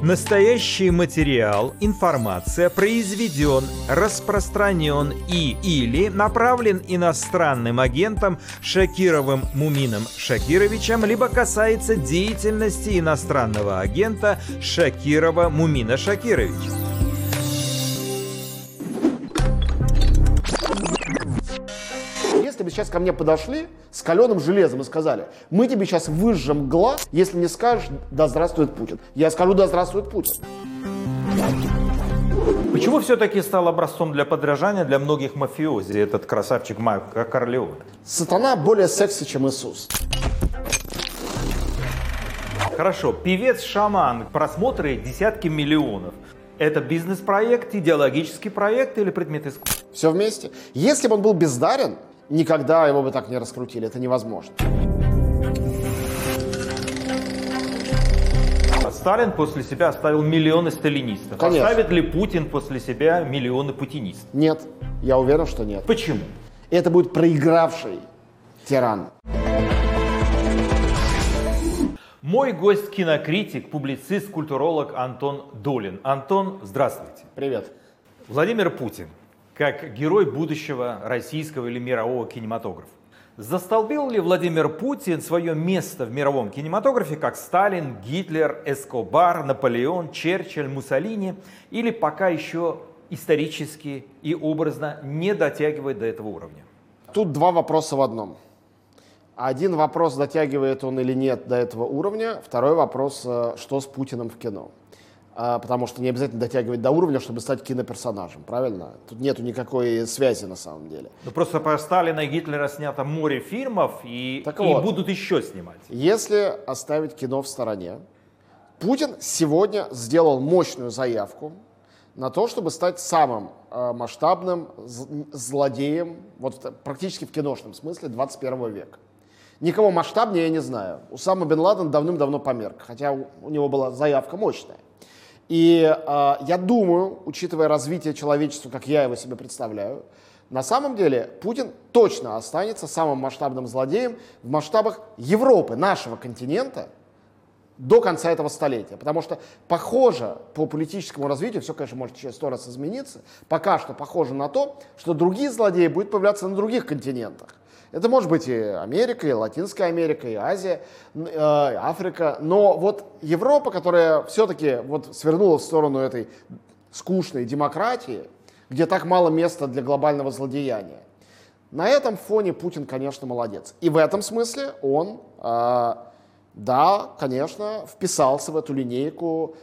Настоящий материал, информация произведен, распространен или направлен иностранным агентом Шакировым Мумином Шакировичем, либо касается деятельности иностранного агента Шакирова Мумина Шакировича. Если бы сейчас ко мне подошли с каленым железом и сказали: мы тебе сейчас выжжем глаз, если не скажешь «да здравствует Путин», я скажу «да здравствует Путин». Почему все-таки стал образцом для подражания для многих мафиози этот красавчик Майкл Корлеоне? Сатана более секси, чем Иисус. Хорошо, певец-шаман, просмотры десятки миллионов. Это бизнес-проект, идеологический проект или предмет искусства? Все вместе. Если бы он был бездарен, никогда его бы так не раскрутили. Это невозможно. Сталин после себя оставил миллионы сталинистов. Конечно. Оставит ли Путин после себя миллионы путинистов? Нет. Я уверен, что нет. Почему? Это будет проигравший тиран. Мой гость — кинокритик, публицист, культуролог Антон Долин. Антон, здравствуйте. Привет. Владимир Путин, как герой будущего российского или мирового кинематографа. Застолбил ли Владимир Путин свое место в мировом кинематографе, как Сталин, Гитлер, Эскобар, Наполеон, Черчилль, Муссолини, или пока еще исторически и образно не дотягивает до этого уровня? Тут два вопроса в одном. Один вопрос, дотягивает он или нет до этого уровня. Второй вопрос, что с Путиным в кино. Потому что не обязательно дотягивать до уровня, чтобы стать киноперсонажем, правильно? Тут нету никакой связи на самом деле. Ну просто про Сталина и Гитлера снято море фильмов, и будут еще снимать. Если оставить кино в стороне, Путин сегодня сделал мощную заявку на то, чтобы стать самым масштабным злодеем, вот практически в киношном смысле, 21 века. Никого масштабнее я не знаю. Усама бен Ладен давным-давно померк, хотя у него была заявка мощная. И я думаю, учитывая развитие человечества, как я его себе представляю, на самом деле Путин точно останется самым масштабным злодеем в масштабах Европы, нашего континента, до конца этого столетия. Потому что похоже по политическому развитию, все, конечно, может еще 100 раз измениться, пока что похоже на то, что другие злодеи будут появляться на других континентах. Это может быть и Америка, и Латинская Америка, и Азия, и Африка. Но вот Европа, которая все-таки вот свернула в сторону этой скучной демократии, где так мало места для глобального злодеяния, на этом фоне Путин, конечно, молодец. И в этом смысле он, да, конечно, вписался в эту линейку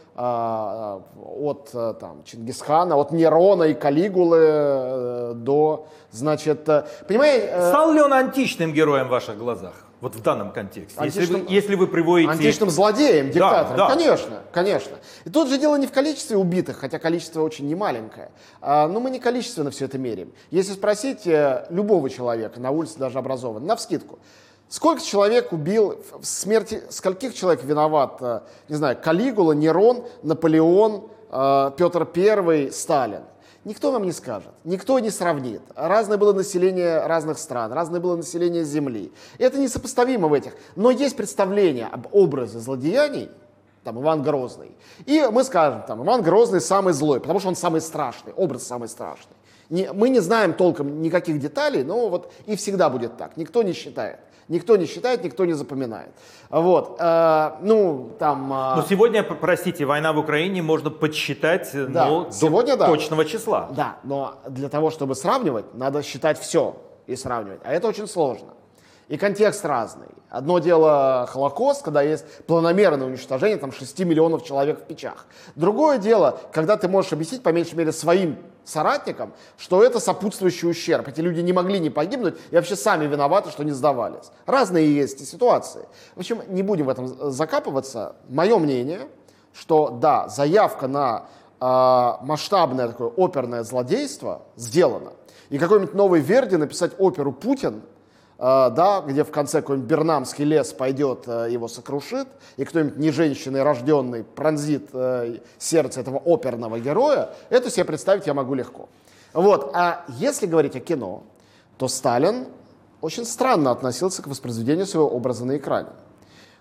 от Чингисхана, от Нерона и Калигулы до, значит, понимаете... Стал ли он античным героем в ваших глазах? Вот в данном контексте. Если вы приводите... Античным злодеем, диктатором. Да. Конечно, конечно. И тут же дело не в количестве убитых, хотя количество очень немаленькое. Но мы не количественно все это меряем. Если спросить любого человека, на улице даже образованного, навскидку, сколько человек убил, в смерти скольких человек виноват, не знаю, Калигула, Нерон, Наполеон, Петр I, Сталин? Никто вам не скажет, никто не сравнит. Разное было население разных стран, разное было население Земли. И это несопоставимо в этих. Но есть представление об образе злодеяний, там, Иван Грозный. И мы скажем, там, Иван Грозный самый злой, потому что он самый страшный, образ самый страшный. Мы не знаем толком никаких деталей, но вот и всегда будет так. Никто не считает. Никто не считает, никто не запоминает. Вот. Но сегодня, простите, война в Украине можно подсчитать, до точного числа. Да, но для того, чтобы сравнивать, надо считать все и сравнивать. А это очень сложно. И контекст разный. Одно дело Холокост, когда есть планомерное уничтожение 6 миллионов человек в печах. Другое дело, когда ты можешь объяснить, по меньшей мере, своим соратникам, что это сопутствующий ущерб. Эти люди не могли не погибнуть и вообще сами виноваты, что не сдавались. Разные есть ситуации. В общем, не будем в этом закапываться. Мое мнение, что да, заявка на масштабное такое оперное злодейство сделана. И какой-нибудь новый Верди написать оперу «Путин», где в конце какой-нибудь бернамский лес пойдет, его сокрушит, и кто-нибудь не женщиной рожденный пронзит сердце этого оперного героя, это себе представить я могу легко. Вот. А если говорить о кино, то Сталин очень странно относился к воспроизведению своего образа на экране.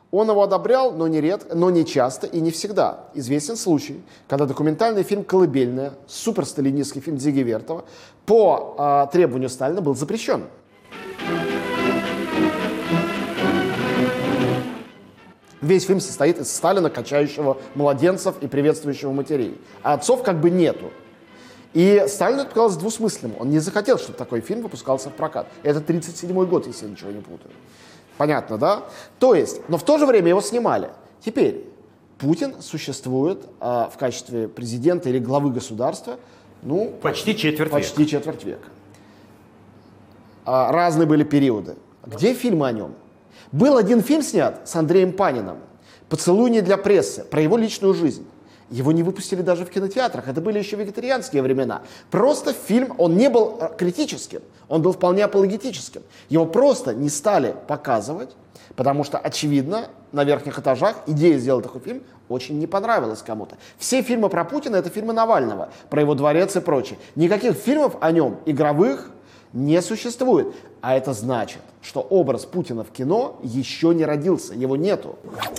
Он его одобрял, но не часто и не всегда. Известен случай, когда документальный фильм «Колыбельная», суперсталинистский фильм Дзиги Вертова, по требованию Сталина был запрещен. Весь фильм состоит из Сталина, качающего младенцев и приветствующего матерей. А отцов как бы нету. И Сталину это показалось двусмысленным. Он не захотел, чтобы такой фильм выпускался в прокат. Это 1937 год, если я ничего не путаю. Понятно, да? То есть, но в то же время его снимали. Теперь, Путин существует в качестве президента или главы государства, почти четверть века. Разные были периоды. Где фильмы о нем? Был один фильм снят с Андреем Паниным «Поцелуй не для прессы», про его личную жизнь. Его не выпустили даже в кинотеатрах, это были еще вегетарианские времена. Просто фильм, он не был критическим, он был вполне апологетическим. Его просто не стали показывать, потому что, очевидно, на верхних этажах идея сделать такой фильм очень не понравилась кому-то. Все фильмы про Путина — это фильмы Навального, про его дворец и прочее. Никаких фильмов о нем, игровых, не существует. А это значит, что образ Путина в кино еще не родился, его нету.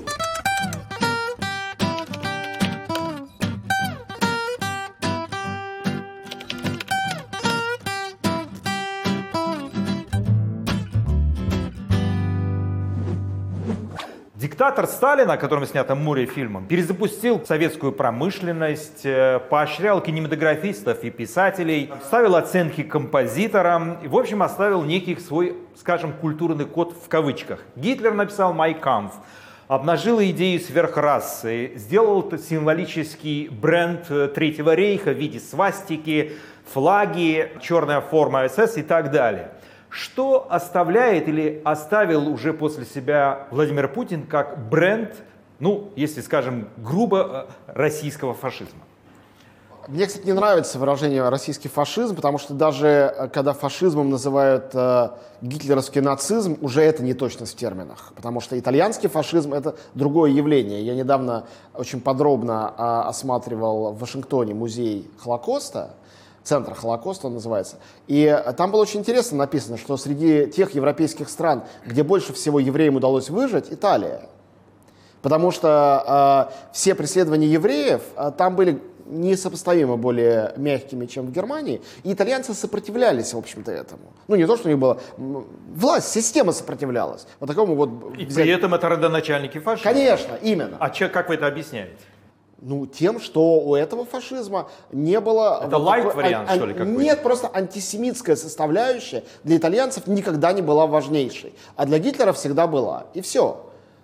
Диктатор Сталин, о котором снято море фильмов, перезапустил советскую промышленность, поощрял кинематографистов и писателей, ставил оценки композиторам и, в общем, оставил некий свой, скажем, культурный код в кавычках. Гитлер написал «Майн кампф», обнажил идею сверхрасы, сделал символический бренд Третьего рейха в виде свастики, флаги, черная форма СС и так далее. Что оставляет или оставил уже после себя Владимир Путин как бренд, если скажем грубо, российского фашизма? Мне, кстати, не нравится выражение «российский фашизм», потому что даже когда фашизмом называют гитлеровский нацизм, уже это не точность в терминах. Потому что итальянский фашизм — это другое явление. Я недавно очень подробно осматривал в Вашингтоне музей Холокоста, Центр Холокоста он называется. И там было очень интересно написано, что среди тех европейских стран, где больше всего евреям удалось выжить, Италия. Потому что все преследования евреев там были несопоставимо более мягкими, чем в Германии. И итальянцы сопротивлялись, в общем-то, этому. Не то, что у них было... Власть, система сопротивлялась. Вот такому вот... И при этом это родоначальники фашизма? Конечно, именно. А как вы это объясняете? Тем, что у этого фашизма не было... Это лайт-вариант, что ли, какой-то? Нет, просто антисемитская составляющая для итальянцев никогда не была важнейшей. А для Гитлера всегда была. И все.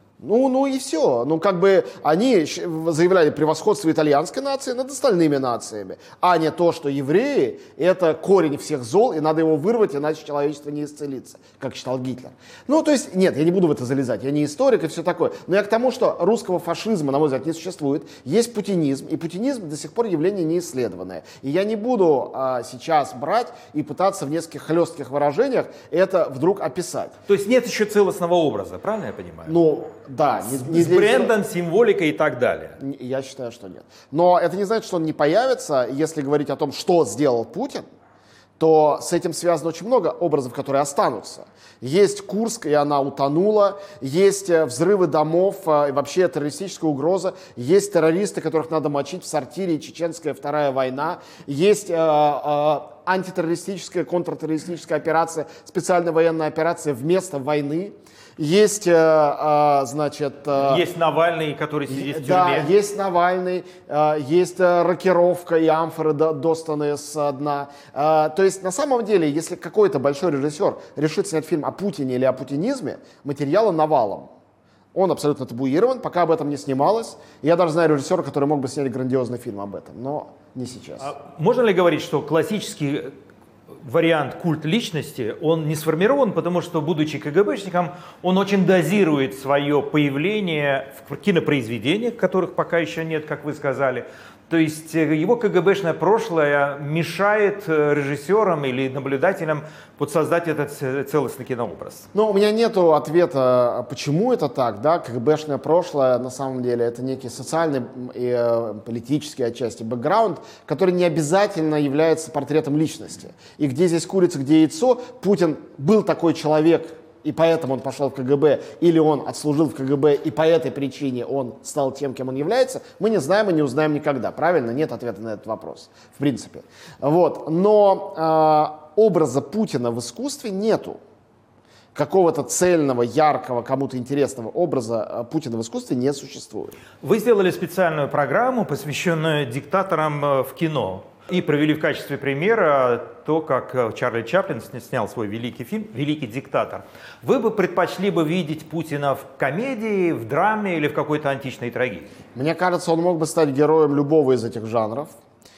И все. Они заявляли превосходство итальянской нации над остальными нациями, а не то, что евреи — это корень всех зол, и надо его вырвать, иначе человечество не исцелится, как считал Гитлер. Нет, я не буду в это залезать, я не историк и все такое. Но я к тому, что русского фашизма, на мой взгляд, не существует. Есть путинизм, и путинизм до сих пор явление неисследованное. И я не буду сейчас брать и пытаться в нескольких хлестких выражениях это вдруг описать. То есть нет еще целостного образа, правильно я понимаю? Да. С брендом, символикой и так далее. Я считаю, что нет. Но это не значит, что он не появится. Если говорить о том, что сделал Путин, то с этим связано очень много образов, которые останутся. Есть Курск, и она утонула. Есть взрывы домов, и вообще террористическая угроза. Есть террористы, которых надо мочить в сортире, чеченская вторая война. Есть антитеррористическая, контртеррористическая операция, специальная военная операция вместо войны. Есть, есть Навальный, который сидит в тюрьме. Да, есть Навальный, есть рокировка и амфоры, достанные со дна. То есть, на самом деле, если какой-то большой режиссер решит снять фильм о Путине или о путинизме, материала навалом. Он абсолютно табуирован, пока об этом не снималось. Я даже знаю режиссера, который мог бы снять грандиозный фильм об этом, но не сейчас. Можно ли говорить, что классический вариант культ личности, он не сформирован, потому что, будучи КГБшником, он очень дозирует свое появление в кинопроизведениях, которых пока еще нет, как вы сказали. То есть его КГБшное прошлое мешает режиссерам или наблюдателям создать этот целостный кинообраз. У меня нет ответа, почему это так. Да? КГБшное прошлое, на самом деле, это некий социальный и политический отчасти бэкграунд, который не обязательно является портретом личности. И где здесь курица, где яйцо, Путин был такой человек и поэтому он пошел в КГБ, или он отслужил в КГБ, и по этой причине он стал тем, кем он является, мы не знаем и не узнаем никогда. Правильно? Нет ответа на этот вопрос, в принципе. Вот. Но образа Путина в искусстве нету. Какого-то цельного, яркого, кому-то интересного образа Путина в искусстве не существует. Вы сделали специальную программу, посвященную диктаторам в кино. И провели в качестве примера то, как Чарли Чаплин снял свой великий фильм «Великий диктатор». Вы бы предпочли бы видеть Путина в комедии, в драме или в какой-то античной трагедии? Мне кажется, он мог бы стать героем любого из этих жанров.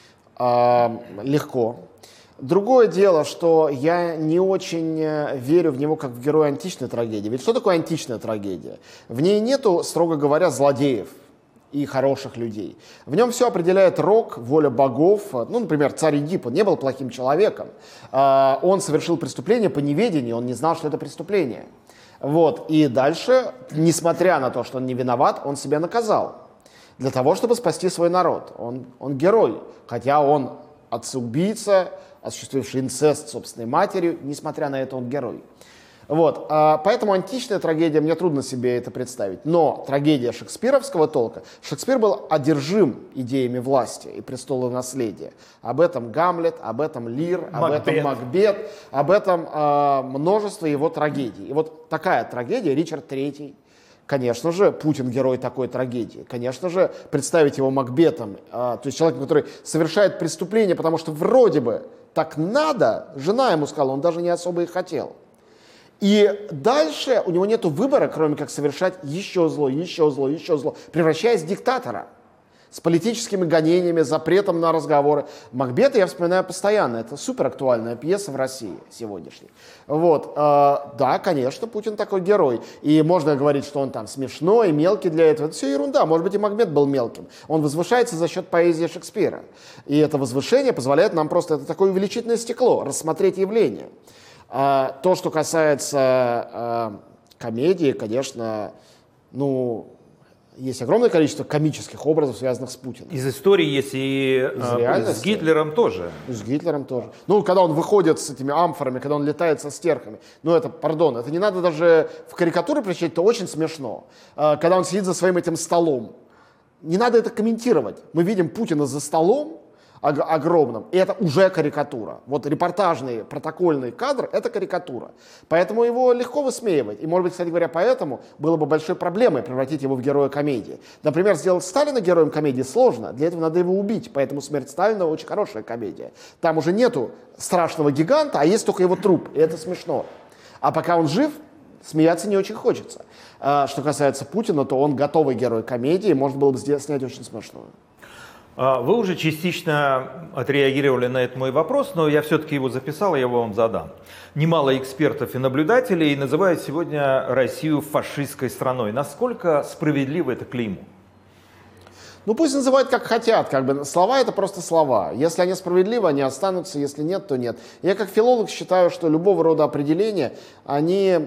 Легко. Другое дело, что я не очень верю в него как в героя античной трагедии. Ведь что такое античная трагедия? В ней нету, строго говоря, злодеев и хороших людей. В нем все определяет рок, воля богов. Ну, например, царь Эдип, он не был плохим человеком. Он совершил преступление по неведению, он не знал, что это преступление. Вот. И дальше, несмотря на то, что он не виноват, он себя наказал. Для того, чтобы спасти свой народ. Он герой, хотя он отца-убийца, осуществивший инцест с собственной матерью, несмотря на это он герой. Вот. Поэтому античная трагедия, мне трудно себе это представить. Но трагедия шекспировского толка, Шекспир был одержим идеями власти и престола наследия. Об этом Гамлет, об этом Лир, об этом Макбет, об этом множество его трагедий. И вот такая трагедия, Ричард III. Конечно же, Путин герой такой трагедии. Конечно же, представить его Макбетом, то есть человеком, который совершает преступление, потому что вроде бы так надо, жена ему сказала, он даже не особо и хотел. И дальше у него нет выбора, кроме как совершать еще зло, еще зло, еще зло, превращаясь в диктатора. С политическими гонениями, запретом на разговоры. Макбета я вспоминаю постоянно. Это супер актуальная пьеса в России сегодняшней. Вот. Да, конечно, Путин такой герой. И можно говорить, что он там смешной, мелкий для этого. Это все ерунда. Может быть, и Макбет был мелким. Он возвышается за счет поэзии Шекспира. И это возвышение позволяет нам просто, это такое увеличительное стекло, рассмотреть явление. То, что касается комедии, конечно, есть огромное количество комических образов, связанных с Путиным. Из истории есть и с Гитлером тоже. С Гитлером тоже. Когда он выходит с этими амфорами, когда он летает со стерхами. Это не надо даже в карикатуры превращать, это очень смешно. Когда он сидит за своим этим столом. Не надо это комментировать. Мы видим Путина за столом огромным, и это уже карикатура. Вот репортажный, протокольный кадр — это карикатура. Поэтому его легко высмеивать. И, может быть, кстати говоря, поэтому было бы большой проблемой превратить его в героя комедии. Например, сделать Сталина героем комедии сложно, для этого надо его убить, поэтому «Смерть Сталина» очень хорошая комедия. Там уже нету страшного гиганта, а есть только его труп, и это смешно. А пока он жив, смеяться не очень хочется. Что касается Путина, то он готовый герой комедии, можно было бы снять очень смешную. Вы уже частично отреагировали на этот мой вопрос, но я все-таки его записал, я его вам задам. Немало экспертов и наблюдателей называют сегодня Россию фашистской страной. Насколько справедливо это клеймо? Пусть называют как хотят, слова — это просто слова. Если они справедливы, они останутся, если нет, то нет. Я как филолог считаю, что любого рода определения, они,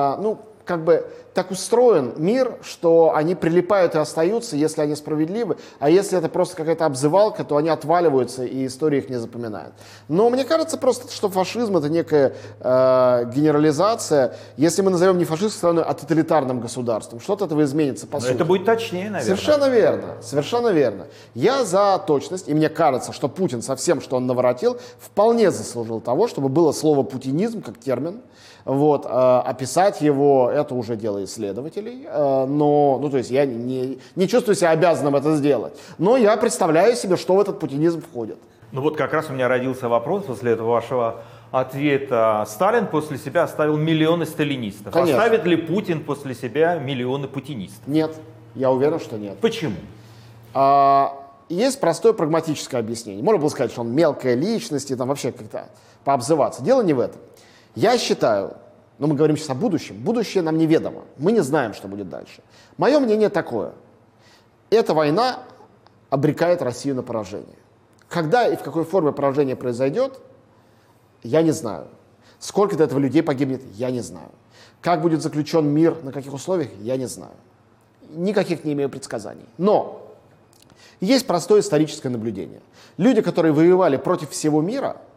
так устроен мир, что они прилипают и остаются, если они справедливы, а если это просто какая-то обзывалка, то они отваливаются, и история их не запоминает. Но мне кажется просто, что фашизм — это некая генерализация. Если мы назовем не фашистской страной, а тоталитарным государством, что-то этого изменится по сути. Это будет точнее, наверное. Совершенно верно, совершенно верно. Я за точность, и мне кажется, что Путин со всем, что он наворотил, вполне заслужил того, чтобы было слово «путинизм» как термин. Описать его — это уже дело исследователей, то есть я не чувствую себя обязанным это сделать. Но я представляю себе, что в этот путинизм входит. Как раз у меня родился вопрос после этого вашего ответа. Сталин после себя оставил миллионы сталинистов. Конечно. Оставит ли Путин после себя миллионы путинистов? Нет, я уверен, что нет. Почему? Есть простое прагматическое объяснение. Можно было сказать, что он мелкая личность, и там вообще как-то пообзываться. Дело не в этом. Я считаю, мы говорим сейчас о будущем, будущее нам неведомо, мы не знаем, что будет дальше. Мое мнение такое: эта война обрекает Россию на поражение. Когда и в какой форме поражение произойдет, я не знаю. Сколько до этого людей погибнет, я не знаю. Как будет заключен мир, на каких условиях, я не знаю. Никаких не имею предсказаний. Но есть простое историческое наблюдение. Люди, которые воевали против всего мира,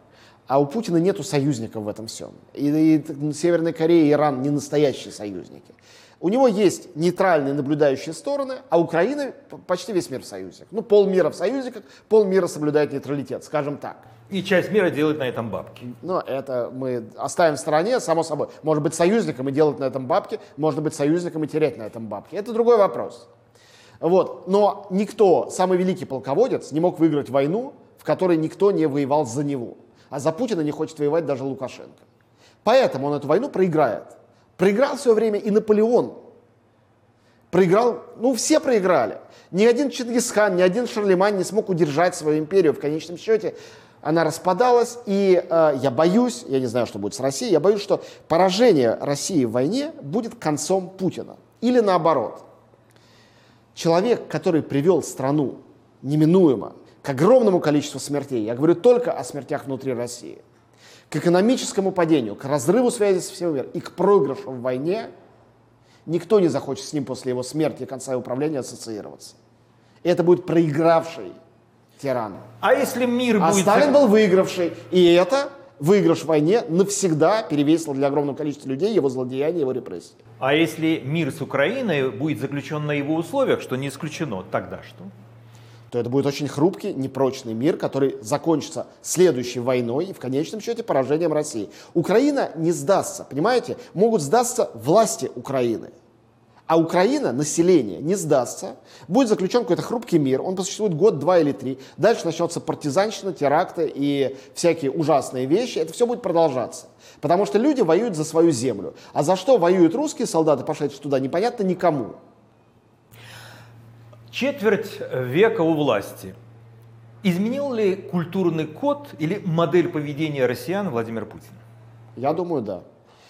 А у Путина нету союзников в этом всем. И Северная Корея и Иран не настоящие союзники. У него есть нейтральные наблюдающие стороны, а Украина почти весь мир в союзниках. Ну, полмира в союзниках, полмира соблюдает нейтралитет, скажем так. И часть мира делает на этом бабки. Но это мы оставим в стороне, само собой. Может быть союзником и делать на этом бабки, можно быть союзником и терять на этом бабки. Это другой вопрос. Вот. Но никто, самый великий полководец, не мог выиграть войну, в которой никто не воевал за него. А за Путина не хочет воевать даже Лукашенко. Поэтому он эту войну проиграет. Проиграл в свое время и Наполеон. Проиграл, ну все проиграли. Ни один Чингисхан, ни один Шарлемань не смог удержать свою империю. В конечном счете она распадалась. И я боюсь, я не знаю, что будет с Россией, я боюсь, что поражение России в войне будет концом Путина. Или наоборот. Человек, который привел страну неминуемо к огромному количеству смертей, я говорю только о смертях внутри России, к экономическому падению, к разрыву связи со всем миром и к проигрышу в войне, никто не захочет с ним после его смерти и конца его правления ассоциироваться. И это будет проигравший тиран. А если мир А будет... Сталин был выигравший. И это, выигрыш в войне, навсегда перевесило для огромного количества людей его злодеяния, его репрессии. А если мир с Украиной будет заключен на его условиях, что не исключено, тогда что? То это будет очень хрупкий, непрочный мир, который закончится следующей войной и в конечном счете поражением России. Украина не сдастся, понимаете? Могут сдаться власти Украины. А Украина, население, не сдастся. Будет заключен какой-то хрупкий мир, он посуществует год, 2 или 3. Дальше начнется партизанщина, теракты и всякие ужасные вещи. Это все будет продолжаться. Потому что люди воюют за свою землю. А за что воюют русские солдаты, пошедшие туда, непонятно никому. Четверть века у власти. Изменил ли культурный код или модель поведения россиян Владимир Путин? Я думаю, да.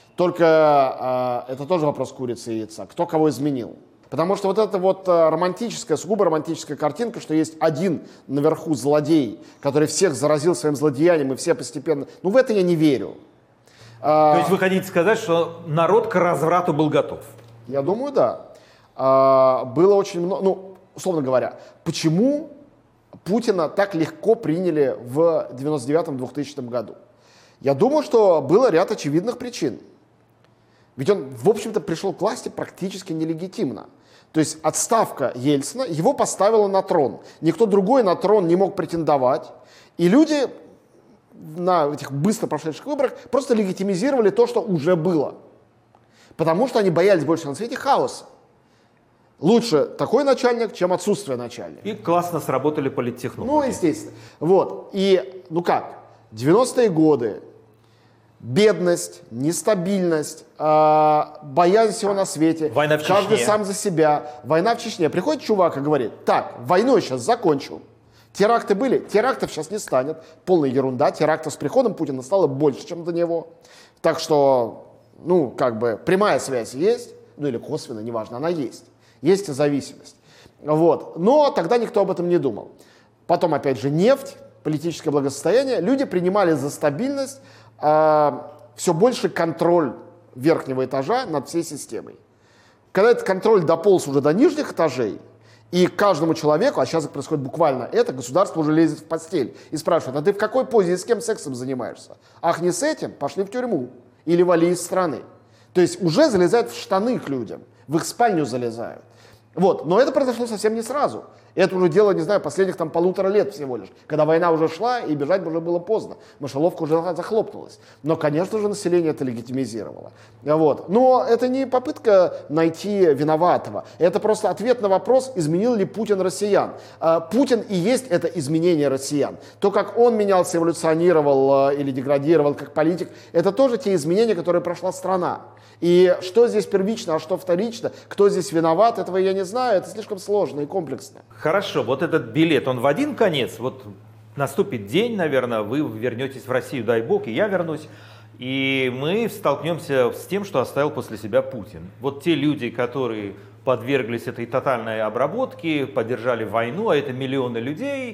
Только это тоже вопрос курицы и яйца. Кто кого изменил? Потому что вот эта вот романтическая, сугубо романтическая картинка, что есть один наверху злодей, который всех заразил своим злодеянием, и все постепенно... Ну, в это я не верю. То есть вы хотите сказать, что народ к разврату был готов? Я думаю, да. Было очень много... Ну, условно говоря, почему Путина так легко приняли в 99-2000 году? Я думаю, что было ряд очевидных причин. Ведь он, в общем-то, пришел к власти практически нелегитимно. То есть отставка Ельцина его поставила на трон. Никто другой на трон не мог претендовать. И люди на этих быстро прошедших выборах просто легитимизировали то, что уже было. Потому что они боялись больше на свете хаоса. Лучше такой начальник, чем отсутствие начальника. И классно сработали политтехнологии. Ну, естественно. Вот. И, ну как, 90-е годы, бедность, нестабильность, боязнь всего на свете. Война в Чечне. Каждый сам за себя. Война в Чечне. Приходит чувак и говорит: так, войну я сейчас закончил. Теракты были? Терактов сейчас не станет. Полная ерунда. Терактов с приходом Путина стало больше, чем до него. Так что, ну, как бы, прямая связь есть, ну или косвенно, неважно, она есть. Есть и зависимость. Вот. Но тогда никто об этом не думал. Потом, опять же, нефть, политическое благосостояние. Люди принимали за стабильность все больше контроль верхнего этажа над всей системой. Когда этот контроль дополз уже до нижних этажей, и каждому человеку, а сейчас происходит буквально это, государство уже лезет в постель и спрашивает: а ты в какой позе и с кем сексом занимаешься? Ах, не с этим? Пошли в тюрьму. Или вали из страны. То есть уже залезают в штаны к людям, в их спальню залезают. Вот. Но это произошло совсем не сразу. Это уже дело, не знаю, последних там 1,5 лет всего лишь. Когда война уже шла, и бежать уже было поздно. Мышеловка уже захлопнулась. Но, конечно же, население это легитимизировало. Вот. Но это не попытка найти виноватого. Это просто ответ на вопрос, изменил ли Путин россиян. Путин и есть это изменение россиян. То, как он менялся, эволюционировал или деградировал как политик, это тоже те изменения, которые прошла страна. И что здесь первично, а что вторично, кто здесь виноват, этого я не знаю, это слишком сложно и комплексно. Хорошо, вот этот билет, он в один конец, вот наступит день, наверное, вы вернетесь в Россию, дай бог, и я вернусь, и мы столкнемся с тем, что оставил после себя Путин. Вот те люди, которые подверглись этой тотальной обработке, поддержали войну, а это миллионы людей,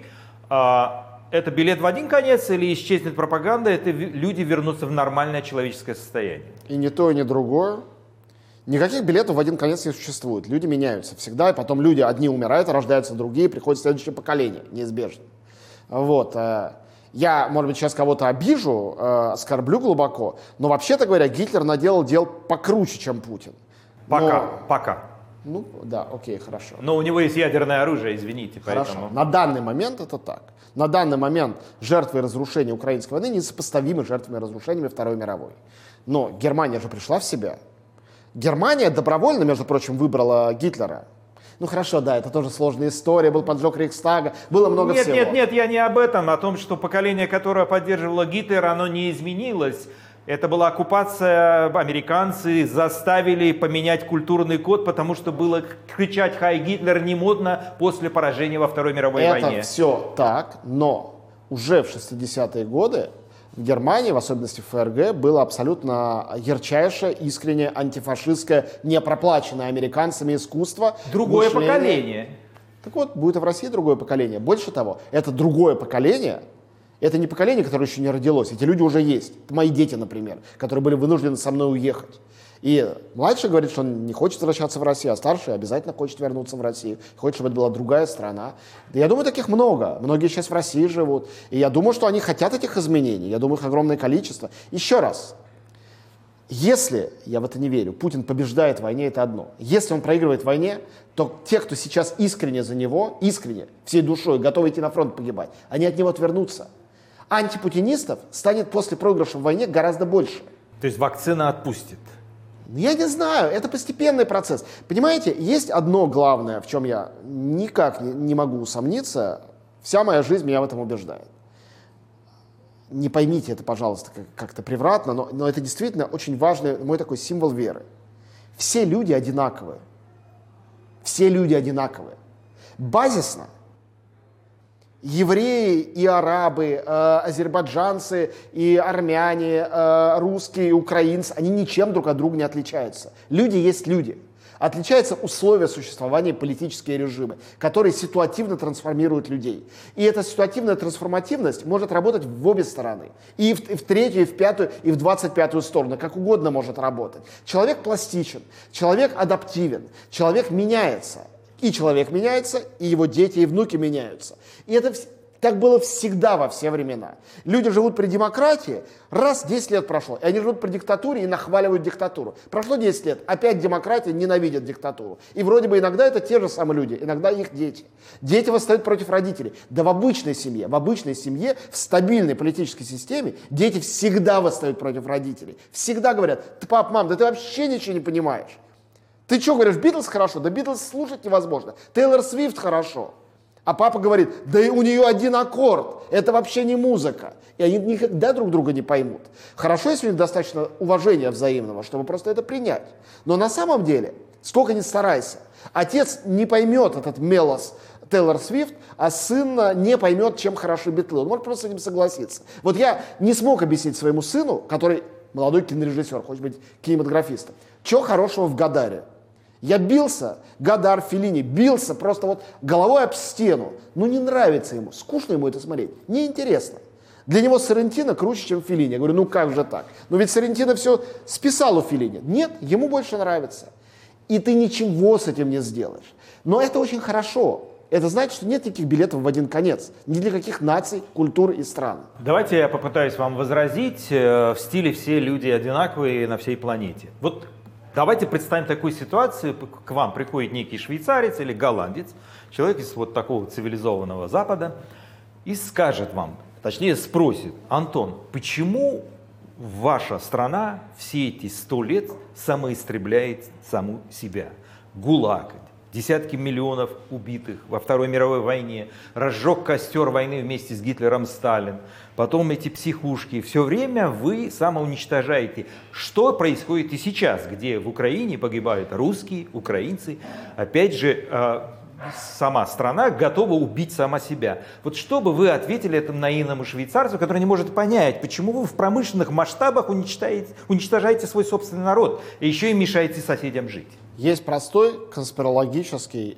это билет в один конец или исчезнет пропаганда, это люди вернутся в нормальное человеческое состояние? И не то, и не другое. Никаких билетов в один конец не существует. Люди меняются всегда, и потом люди одни умирают, рождаются другие, приходит следующее поколение, неизбежно. Вот. Я, может быть, сейчас кого-то обижу, оскорблю глубоко, но вообще-то говоря, Гитлер наделал дел покруче, чем Путин. Пока. Ну, да, окей, хорошо. Но у него есть ядерное оружие, извините, Хорошо. поэтому... На данный момент это так. На данный момент жертвы разрушения украинской войны несопоставимы с жертвами разрушениями Второй мировой. Но Германия же пришла в себя. Германия добровольно, между прочим, выбрала Гитлера. Ну хорошо, да, это тоже сложная история, был поджог Рейхстага, было много всего. Нет, я не об этом, о том, что поколение, которое поддерживало Гитлера, оно не изменилось. Это была оккупация, американцы заставили поменять культурный код, потому что было кричать «Хай Гитлер» не модно после поражения во Второй мировой войне. Это все так, но уже в 60-е годы в Германии, в особенности в ФРГ, было абсолютно ярчайшее, искреннее антифашистское, непроплаченное американцами искусство. Другое мышление. поколение. Так вот, будет и в России другое поколение. Больше того, это другое поколение, это не поколение, которое еще не родилось. Эти люди уже есть. Это мои дети, например, которые были вынуждены со мной уехать. И младший говорит, что он не хочет возвращаться в Россию, а старший обязательно хочет вернуться в Россию. Хочет, чтобы это была другая страна. Да я думаю, таких много. Многие сейчас в России живут. И я думаю, что они хотят этих изменений. Я думаю, их огромное количество. Еще раз. Если, я в это не верю, Путин побеждает в войне, это одно. Если он проигрывает в войне, то те, кто сейчас искренне за него, искренне, всей душой, готовы идти на фронт погибать, они от него отвернутся. Антипутинистов станет после проигрыша в войне гораздо больше. То есть вакцина отпустит? Я не знаю, это постепенный процесс. Понимаете, есть одно главное, в чем я никак не могу усомниться, вся моя жизнь меня в этом убеждает. Не поймите это, пожалуйста, как-то превратно, но это действительно очень важный мой такой символ веры. Все люди одинаковые. Все люди одинаковые. Базисно. Евреи и арабы, азербайджанцы и армяне, русские и украинцы, они ничем друг от друга не отличаются. Люди есть люди. Отличаются условия существования политические режимы, которые ситуативно трансформируют людей. И эта ситуативная трансформативность может работать в обе стороны. И в третью, и в пятую, и в 25-ю сторону. Как угодно может работать. Человек пластичен, человек адаптивен, человек меняется. И человек меняется, и его дети, и внуки меняются. И это так было всегда во все времена. Люди живут при демократии, раз 10 лет прошло, и они живут при диктатуре и нахваливают диктатуру. Прошло 10 лет, опять демократия, ненавидят диктатуру. И вроде бы иногда это те же самые люди, иногда их дети. Дети восстают против родителей. Да в обычной семье, в стабильной политической системе дети всегда восстают против родителей. Всегда говорят: ты, пап, мам, да ты вообще ничего не понимаешь. Ты что говоришь, Битлз хорошо? Да Битлз слушать невозможно. Тейлор Свифт хорошо. А папа говорит: да и у нее один аккорд, это вообще не музыка. И они никогда друг друга не поймут. Хорошо, если у них достаточно уважения взаимного, чтобы просто это принять. Но на самом деле, сколько ни старайся, отец не поймет этот мелос Тейлор Свифт, а сын не поймет, чем хороши Битлы. Он может просто с этим согласиться. Вот я не смог объяснить своему сыну, который молодой кинорежиссер, хочет быть кинематографистом, что хорошего в Гадаре. Я бился, Гадар, Феллини, бился просто вот головой об стену. Ну не нравится ему, скучно ему это смотреть, неинтересно. Для него Соррентино круче, чем Феллини. Я говорю, ну как же так? Но ведь Соррентино все списал у Феллини. Нет, ему больше нравится. И ты ничего с этим не сделаешь. Но это очень хорошо. Это значит, что нет никаких билетов в один конец. Ни для каких наций, культур и стран. Давайте я попытаюсь вам возразить в стиле «все люди одинаковые на всей планете». Вот давайте представим такую ситуацию, к вам приходит некий швейцарец или голландец, человек из вот такого цивилизованного Запада, и скажет вам, точнее спросит: Антон, почему ваша страна все эти 100 лет самоистребляет саму себя? ГУЛАГ, десятки миллионов убитых во Второй мировой войне, разжег костер войны вместе с Гитлером Сталин, потом эти психушки. Все время вы самоуничтожаете. Что происходит и сейчас, где в Украине погибают русские, украинцы? Опять же, сама страна готова убить сама себя. Вот что бы вы ответили этому наивному швейцарцу, который не может понять, почему вы в промышленных масштабах уничтожаете свой собственный народ, и еще и мешаете соседям жить? Есть простой конспирологический,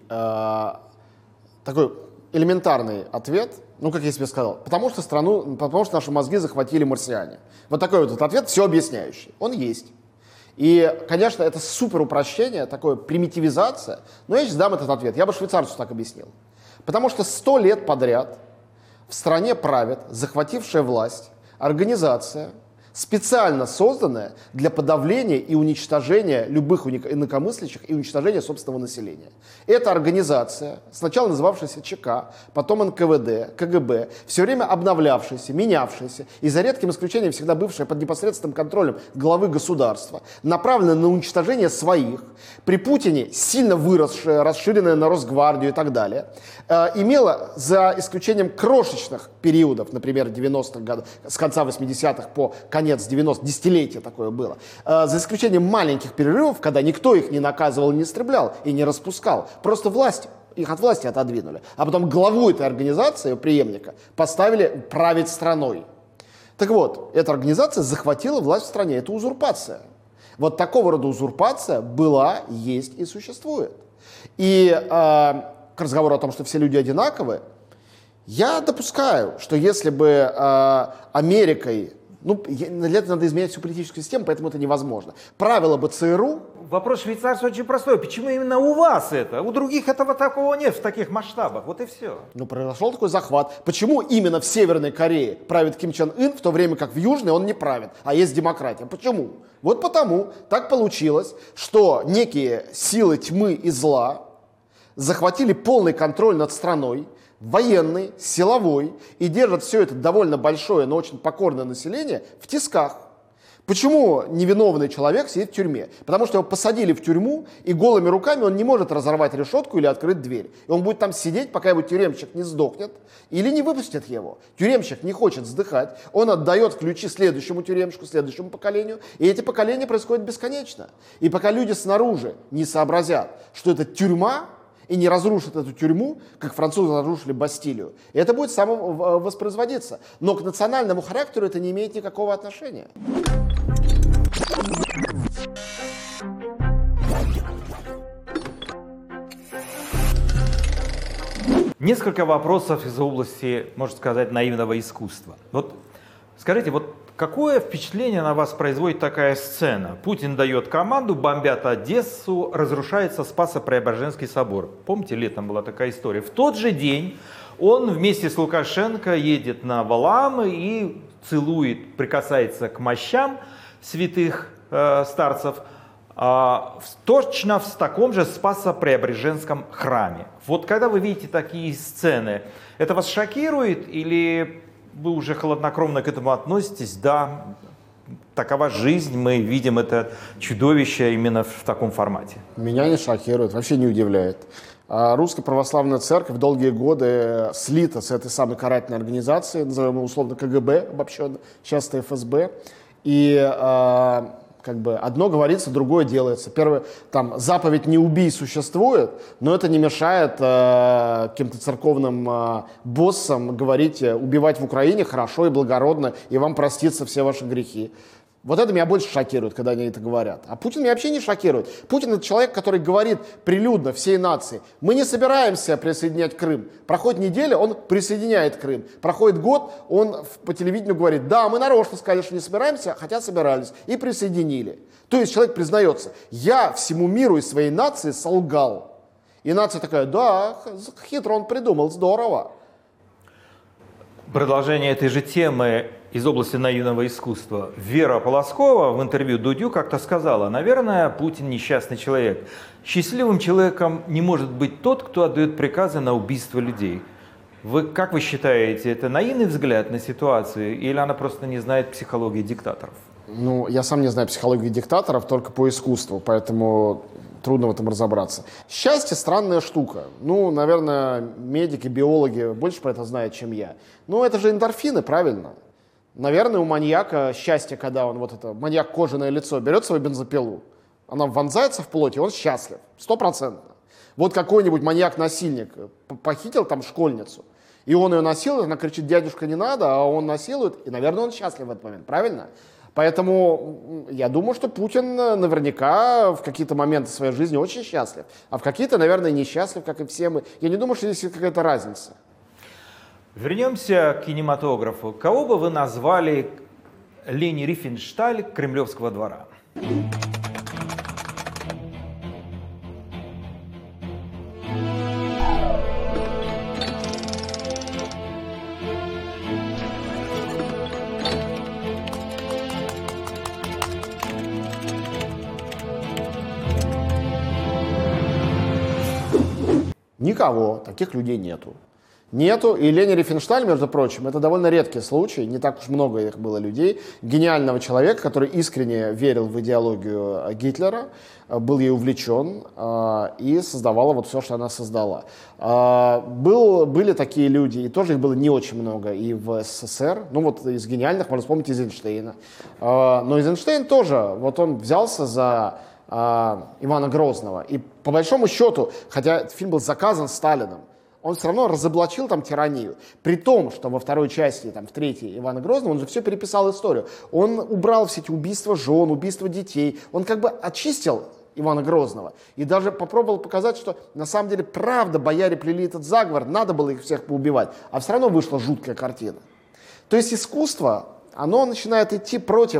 такой элементарный ответ, ну, как я себе сказал, потому что наши мозги захватили марсиане. Вот такой вот ответ, все объясняющий. Он есть. И, конечно, это супер упрощение, такое примитивизация, но я сейчас дам этот ответ. Я бы швейцарцу так объяснил. Потому что 100 лет подряд В стране правит захватившая власть организация, специально созданная для подавления и уничтожения любых инакомыслящих и уничтожения собственного населения. Эта организация, сначала называвшаяся ЧК, потом НКВД, КГБ, все время обновлявшаяся, менявшаяся и за редким исключением всегда бывшая под непосредственным контролем главы государства, направленная на уничтожение своих, при Путине сильно выросшая, расширенная на Росгвардию и так далее, имела, за исключением крошечных периодов, например, 90-х годов, с конца 80-х по конец 90-х, десятилетие такое было, за исключением маленьких перерывов, когда никто их не наказывал, не истреблял и не распускал, просто их от власти отодвинули, а потом главу этой организации, преемника, поставили править страной. Так вот, эта организация захватила власть в стране, это узурпация. Вот такого рода узурпация была, есть и существует. И к разговору о том, что все люди одинаковы, я допускаю, что если бы Америкой, для этого надо изменять всю политическую систему, поэтому это невозможно, правило бы ЦРУ. Вопрос швейцарца очень простой. Почему именно у вас это? У других этого такого нет в таких масштабах. Вот и все. Произошел такой захват. Почему именно в Северной Корее правит Ким Чен Ын, в то время как в Южной он не правит, а есть демократия? Почему? Вот потому так получилось, что некие силы тьмы и зла захватили полный контроль над страной, военный, силовой, и держат все это довольно большое, но очень покорное население в тисках. Почему невиновный человек сидит в тюрьме? Потому что его посадили в тюрьму, и голыми руками он не может разорвать решетку или открыть дверь. И он будет там сидеть, пока его тюремщик не сдохнет или не выпустит его. Тюремщик не хочет сдыхать, он отдает ключи следующему тюремщику, следующему поколению, и эти поколения происходят бесконечно. И пока люди снаружи не сообразят, что это тюрьма, и не разрушат эту тюрьму, как французы разрушили Бастилию, это будет самовоспроизводиться. Но к национальному характеру это не имеет никакого отношения. Несколько вопросов из области, можно сказать, наивного искусства. Вот скажите, какое впечатление на вас производит такая сцена? Путин дает команду, бомбят Одессу, разрушается Спасо-Преображенский собор. Помните, летом была такая история. В тот же день он вместе с Лукашенко едет на Валаамы и целует, прикасается к мощам святых старцев, точно в таком же Спасо-Преображенском храме. Вот когда вы видите такие сцены, это вас шокирует или вы уже хладнокровно к этому относитесь? Да, такова жизнь, мы видим это чудовище именно в таком формате. Меня не шокирует, вообще не удивляет. Русская православная церковь долгие годы слита с этой самой карательной организацией, называемой условно КГБ, обобщенно, часто ФСБ. И одно говорится, другое делается. Первое, заповедь «не убий» существует, но это не мешает каким-то церковным боссам говорить: убивать в Украине хорошо и благородно, и вам простятся все ваши грехи. Вот это меня больше шокирует, когда они это говорят. А Путин меня вообще не шокирует. Путин — это человек, который говорит прилюдно всей нации: мы не собираемся присоединять Крым. Проходит неделя, он присоединяет Крым. Проходит год, он по телевидению говорит: да, мы нарочно сказали, что не собираемся, хотя собирались, и присоединили. То есть человек признается: я всему миру и своей нации солгал. И нация такая: да, хитро он придумал, здорово. Продолжение этой же темы из области наивного искусства. Вера Полоскова в интервью Дудю как-то сказала: наверное, Путин несчастный человек. Счастливым человеком не может быть тот, кто отдает приказы на убийство людей. Как вы считаете, это наивный взгляд на ситуацию, или она просто не знает психологии диктаторов? Я сам не знаю психологии диктаторов, только по искусству, поэтому трудно в этом разобраться. Счастье — странная штука. Наверное, медики, биологи больше про это знают, чем я. Это же эндорфины, правильно? Наверное, у маньяка счастье, когда он маньяк кожаное лицо, берет свою бензопилу, она вонзается в плоть, и он счастлив, 100%. Вот какой-нибудь маньяк-насильник похитил школьницу, и он ее насилует, она кричит: дядюшка, не надо, а он насилует, и, наверное, он счастлив в этот момент, правильно? Поэтому я думаю, что Путин наверняка в какие-то моменты своей жизни очень счастлив, а в какие-то, наверное, несчастлив, как и все мы. Я не думаю, что здесь какая-то разница. Вернемся к кинематографу. Кого бы вы назвали Лени Рифеншталь Кремлевского двора? Никого, таких людей нету. Нету. И Лени Рифеншталь, между прочим, это довольно редкий случай, не так уж много их было людей, гениального человека, который искренне верил в идеологию Гитлера, был ей увлечен и создавала вот все, что она создала. Были такие люди, и тоже их было не очень много и в СССР, ну вот из гениальных, можно вспомнить Эйзенштейна. Но Эйзенштейн тоже, вот он взялся за Ивана Грозного, и по большому счету, хотя фильм был заказан Сталином, он все равно разоблачил там тиранию. При том, что во второй части, там, в третьей Ивана Грозного, он же все переписал историю. Он убрал все эти убийства жен, убийства детей. Он как бы очистил Ивана Грозного. И даже попробовал показать, что на самом деле правда бояре плели этот заговор, надо было их всех поубивать. А все равно вышла жуткая картина. То есть искусство, оно начинает идти против